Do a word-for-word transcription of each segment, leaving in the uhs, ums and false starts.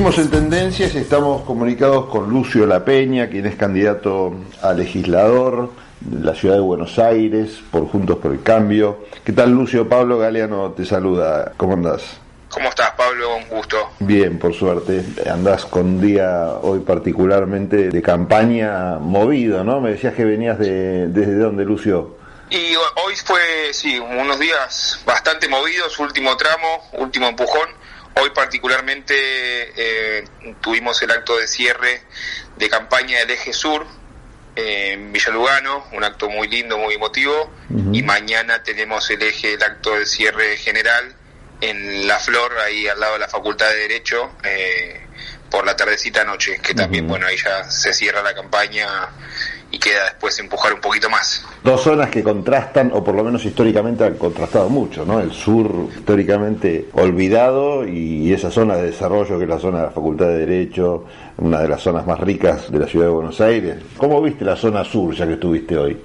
Seguimos en Tendencias y estamos comunicados con Lucio Lapeña, quien es candidato a legislador de la ciudad de Buenos Aires por Juntos por el Cambio. ¿Qué tal, Lucio? Pablo Galeano te saluda. ¿Cómo andás? ¿Cómo estás, Pablo? Un gusto. Bien, por suerte. Andás con un día hoy particularmente de campaña movido, ¿no? Me decías que venías de... ¿Desde dónde, Lucio? Y hoy fue, sí, unos días bastante movidos, último tramo, último empujón. Hoy particularmente eh, tuvimos el acto de cierre de campaña del Eje Sur eh, en Villa Lugano, un acto muy lindo, muy emotivo, uh-huh. Y mañana tenemos el eje, el acto de cierre general en La Flor, ahí al lado de la Facultad de Derecho, eh, por la tardecita noche, que también, uh-huh. Bueno, ahí ya se cierra la campaña y queda después empujar un poquito más. Dos zonas que contrastan, o por lo menos históricamente han contrastado mucho, ¿no? El sur históricamente olvidado y esa zona de desarrollo que es la zona de la Facultad de Derecho, una de las zonas más ricas de la ciudad de Buenos Aires. ¿Cómo viste la zona sur, ya que estuviste hoy?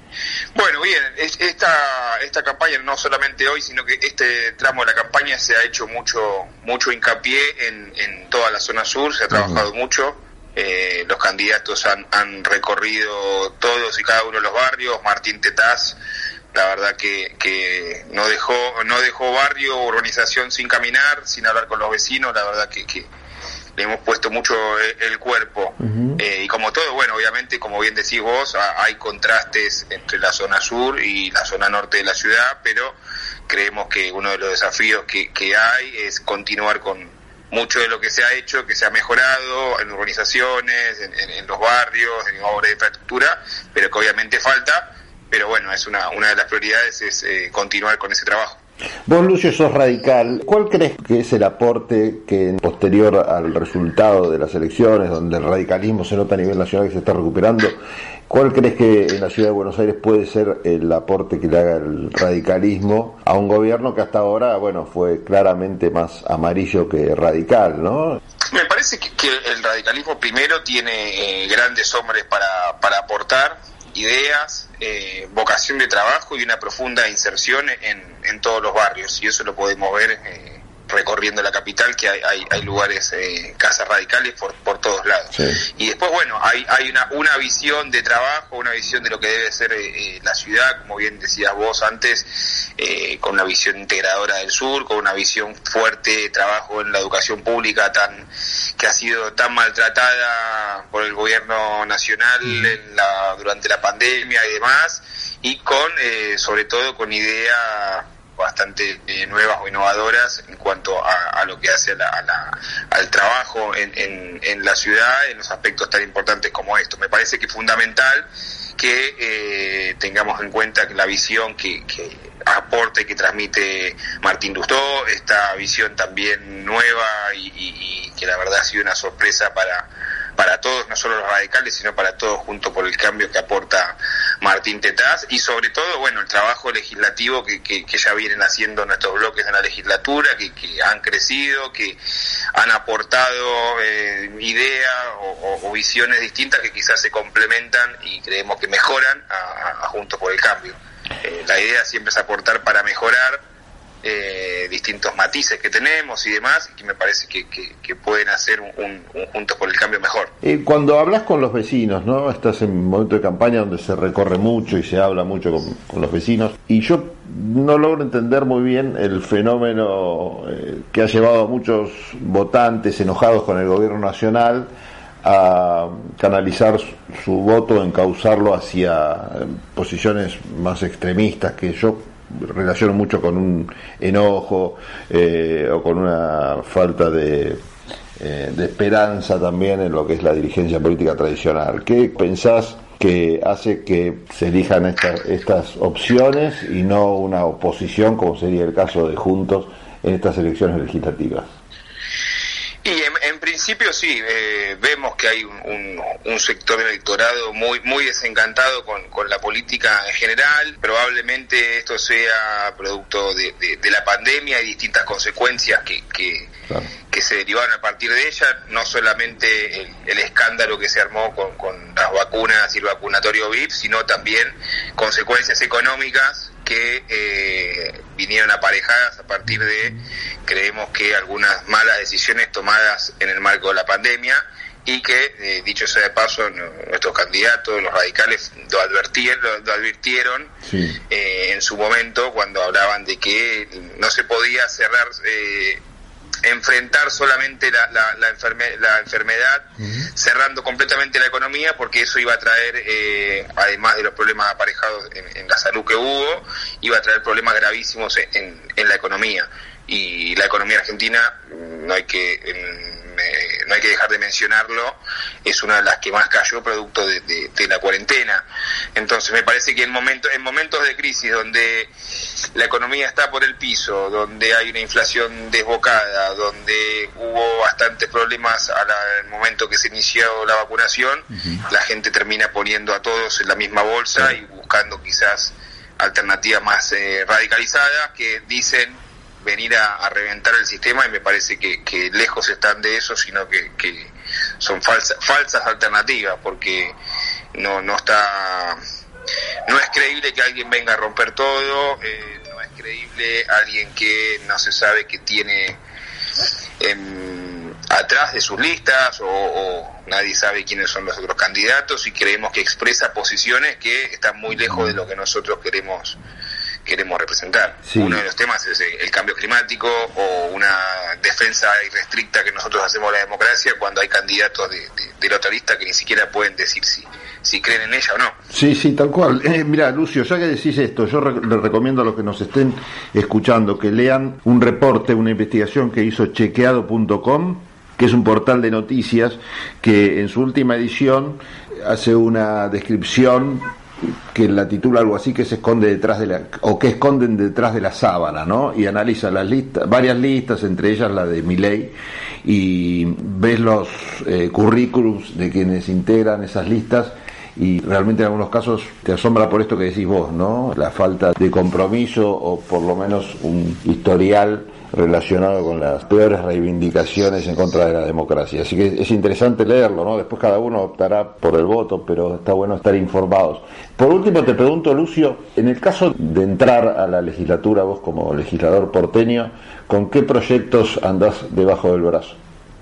Bueno, bien, esta esta campaña no solamente hoy, sino que este tramo de la campaña se ha hecho mucho mucho hincapié en, en toda la zona sur, se ha trabajado uh-huh. mucho. Eh, los candidatos han, han recorrido todos y cada uno de los barrios. Martín Tetaz, la verdad que, que no dejó no dejó barrio o urbanización sin caminar, sin hablar con los vecinos. La verdad que, que le hemos puesto mucho el, el cuerpo. Uh-huh. eh, y como todo, bueno, obviamente, como bien decís vos, a, hay contrastes entre la zona sur y la zona norte de la ciudad, pero creemos que uno de los desafíos que, que hay es continuar con mucho de lo que se ha hecho, que se ha mejorado en urbanizaciones, en, en, en los barrios, en obras de infraestructura, pero que obviamente falta. Pero bueno, es una una de las prioridades es eh, continuar con ese trabajo. Vos, Lucio, sos radical. ¿Cuál crees que es el aporte que, posterior al resultado de las elecciones, donde el radicalismo se nota a nivel nacional que se está recuperando, cuál crees que en la ciudad de Buenos Aires puede ser el aporte que le haga el radicalismo a un gobierno que hasta ahora, bueno, fue claramente más amarillo que radical, ¿no? Me parece que, que el radicalismo primero tiene eh, grandes hombres para, para aportar, ideas, eh, vocación de trabajo y una profunda inserción en, en todos los barrios, y eso lo podemos ver eh, recorriendo la capital, que hay, hay, hay lugares, eh, casas radicales por, por todos lados. Sí. Y después, bueno, hay, hay una, una visión de trabajo, una visión de lo que debe ser eh, la ciudad, como bien decías vos antes, eh, con una visión integradora del sur, con una visión fuerte de trabajo en la educación pública tan que ha sido tan maltratada por el gobierno nacional en la, durante la pandemia y demás, y con, eh, sobre todo, con ideas bastante eh, nuevas o innovadoras en cuanto a, a lo que hace a la, a la, al trabajo en, en, en la ciudad, en los aspectos tan importantes como esto. Me parece que es fundamental que eh, tengamos en cuenta que la visión que, que aporta y que transmite Martín Lustó, esta visión también nueva y, y, y que la verdad ha sido una sorpresa para para todos, no solo los radicales, sino para todos, junto por el cambio que aporta Martín Tetaz, y sobre todo, bueno, el trabajo legislativo que, que, que ya vienen haciendo nuestros bloques en la legislatura, que, que han crecido, que han aportado eh, ideas o, o, o visiones distintas que quizás se complementan y creemos que mejoran a, a Juntos por el Cambio. Eh, la idea siempre es aportar para mejorar Eh, distintos matices que tenemos y demás, y que me parece que, que, que pueden hacer un, un, un Juntos por el Cambio mejor. Eh, cuando hablas con los vecinos, ¿no? Estás en un momento de campaña donde se recorre mucho y se habla mucho con, con los vecinos, y yo no logro entender muy bien el fenómeno eh, que ha llevado a muchos votantes enojados con el gobierno nacional a canalizar su, su voto, encauzarlo hacia eh, posiciones más extremistas, que yo relaciono mucho con un enojo eh, o con una falta de, eh, de esperanza también en lo que es la dirigencia política tradicional. ¿Qué pensás que hace que se elijan estas, estas opciones y no una oposición, como sería el caso de Juntos en estas elecciones legislativas? Y en, en principio sí, eh, vemos que hay un, un, un sector del electorado muy muy desencantado con, con la política en general. Probablemente esto sea producto de, de, de la pandemia y distintas consecuencias que, que, claro. que se derivaron a partir de ella, no solamente el, el escándalo que se armó con, con las vacunas y el vacunatorio V I P, sino también consecuencias económicas que que eh, vinieron aparejadas a partir de, creemos que algunas malas decisiones tomadas en el marco de la pandemia, y que, eh, dicho sea de paso, nuestros candidatos, los radicales, lo advirtieron, lo, lo advirtieron sí. eh, en su momento cuando hablaban de que no se podía cerrar, eh, enfrentar solamente la, la, la, enferme, la enfermedad, uh-huh. cerrando completamente la economía, porque eso iba a traer, eh, además de los problemas aparejados en, en la salud que hubo, iba a traer problemas gravísimos en, en, en la economía. Y la economía argentina, no hay que... En, Eh, no hay que dejar de mencionarlo, es una de las que más cayó producto de, de, de la cuarentena. Entonces me parece que en momentos, en momentos de crisis donde la economía está por el piso, donde hay una inflación desbocada, donde hubo bastantes problemas al momento que se inició la vacunación, uh-huh. la gente termina poniendo a todos en la misma bolsa sí. y buscando quizás alternativas más eh, radicalizadas que dicen venir a, a reventar el sistema, y me parece que, que lejos están de eso, sino que, que son falsas falsas alternativas, porque no no está no es creíble que alguien venga a romper todo, eh, no es creíble alguien que no se sabe que tiene eh, atrás de sus listas, o, o nadie sabe quiénes son los otros candidatos, y creemos que expresa posiciones que están muy lejos de lo que nosotros queremos queremos representar. Sí. Uno de los temas es el cambio climático, o una defensa irrestricta que nosotros hacemos de la democracia, cuando hay candidatos de, de, de la otra lista que ni siquiera pueden decir si, si creen en ella o no. Sí, sí, tal cual. Eh, mira, Lucio, ya que decís esto, yo re- le recomiendo a los que nos estén escuchando que lean un reporte, una investigación que hizo chequeado punto com, que es un portal de noticias que en su última edición hace una descripción que la titula algo así, que se esconde detrás de la, o que esconden detrás de la sábana, ¿no? Y analiza las listas, varias listas, entre ellas la de Milei, y ves los eh, currículums de quienes integran esas listas, y realmente en algunos casos te asombra por esto que decís vos, ¿no? La falta de compromiso, o por lo menos un historial relacionado con las peores reivindicaciones en contra de la democracia. Así que es interesante leerlo, ¿no? Después cada uno optará por el voto, pero está bueno estar informados. Por último, te pregunto, Lucio, en el caso de entrar a la legislatura, vos como legislador porteño, ¿con qué proyectos andás debajo del brazo?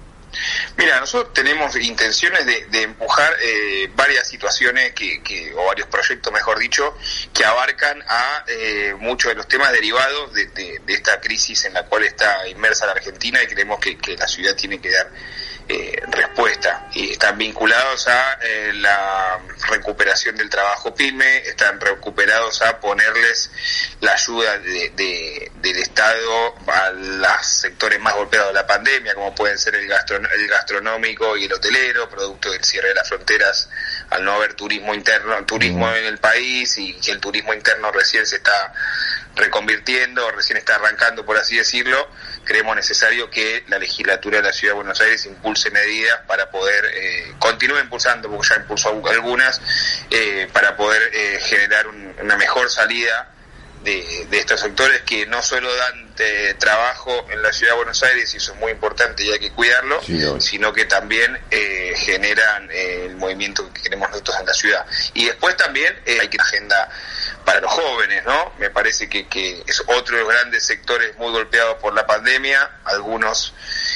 Mira, nosotros tenemos intenciones de, de empujar eh, varias situaciones que, que, o varios proyectos, mejor dicho, que abarcan a eh, muchos de los temas derivados de, de, de esta crisis en la cual está inmersa la Argentina, y creemos que, que la ciudad tiene que dar eh, respuesta. Y están vinculados a eh, la recuperación del trabajo pyme, están recuperados a ponerles la ayuda de, de, del Estado a los sectores más golpeados de la pandemia, como pueden ser el, gastron- el gastronómico y el hotelero, producto del cierre de las fronteras, al no haber turismo interno, turismo mm. en el país, y que el turismo interno recién se está reconvirtiendo, recién está arrancando, por así decirlo. Creemos necesario que la legislatura de la Ciudad de Buenos Aires impulse medidas para poder, eh, continúe impulsando, porque ya impulsó algunas, eh, para poder eh, generar un, una mejor salida de, de estos sectores que no solo dan eh, trabajo en la Ciudad de Buenos Aires, y eso es muy importante y hay que cuidarlo, sí, sino que también eh, generan eh, el movimiento que queremos nosotros en la ciudad. Y después también eh, hay que una agenda para los jóvenes, ¿no? Me parece que, que es otro de los grandes sectores muy golpeados por la pandemia, algunos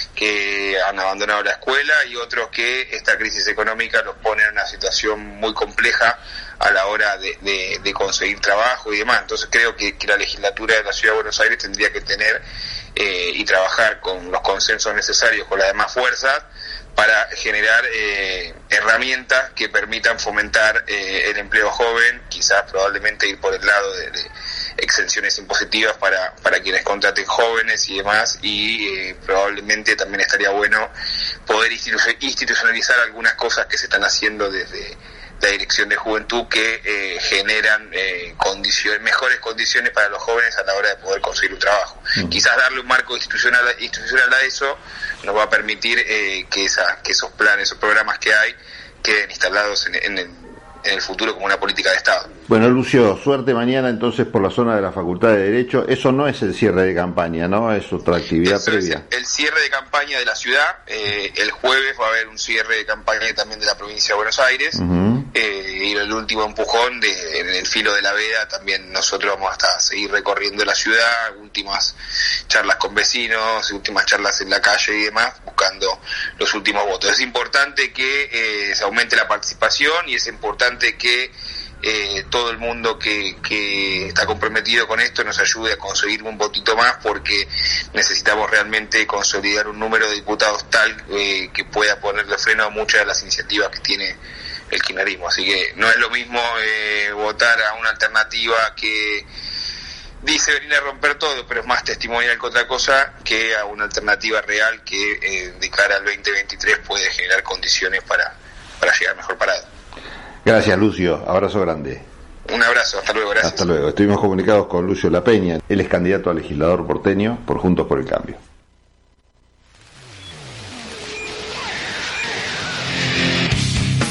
que han abandonado la escuela y otros que esta crisis económica los pone en una situación muy compleja a la hora de, de, de conseguir trabajo y demás. Entonces creo que, que la legislatura de la Ciudad de Buenos Aires tendría que tener eh, y trabajar con los consensos necesarios con las demás fuerzas para generar eh, herramientas que permitan fomentar eh, el empleo joven, quizás probablemente ir por el lado de, de exenciones impositivas para, para quienes contraten jóvenes y demás, y eh, probablemente también estaría bueno poder institu- institucionalizar algunas cosas que se están haciendo desde la Dirección de Juventud que eh, generan eh, condiciones, mejores condiciones para los jóvenes a la hora de poder conseguir un trabajo. Uh-huh. Quizás darle un marco institucional, institucional a eso nos va a permitir eh, que, esa, que esos planes, esos programas que hay queden instalados en, en, el, en el futuro como una política de Estado. Bueno, Lucio, suerte mañana entonces por la zona de la Facultad de Derecho. Eso no es el cierre de campaña, ¿no? Es otra actividad Eso previa. Es el cierre de campaña de la ciudad. Eh, el jueves va a haber un cierre de campaña también de la provincia de Buenos Aires. Uh-huh. eh, y el último empujón de, en el filo de la veda. También nosotros vamos hasta seguir recorriendo la ciudad, últimas charlas con vecinos, últimas charlas en la calle y demás, buscando los últimos votos. Es importante que eh, se aumente la participación y es importante que Eh, todo el mundo que, que está comprometido con esto nos ayude a conseguir un votito más, porque necesitamos realmente consolidar un número de diputados tal eh, que pueda ponerle freno a muchas de las iniciativas que tiene el kirchnerismo. Así que no es lo mismo eh, votar a una alternativa que dice venir a romper todo, pero es más testimonial que otra cosa, que a una alternativa real que eh, de cara al veinte veintitrés puede generar condiciones para, para llegar mejor parado. Gracias, Lucio. Abrazo grande. Un abrazo. Hasta luego. Gracias. Hasta luego. Estuvimos comunicados con Lucio La Peña. Él es candidato a legislador porteño por Juntos por el Cambio.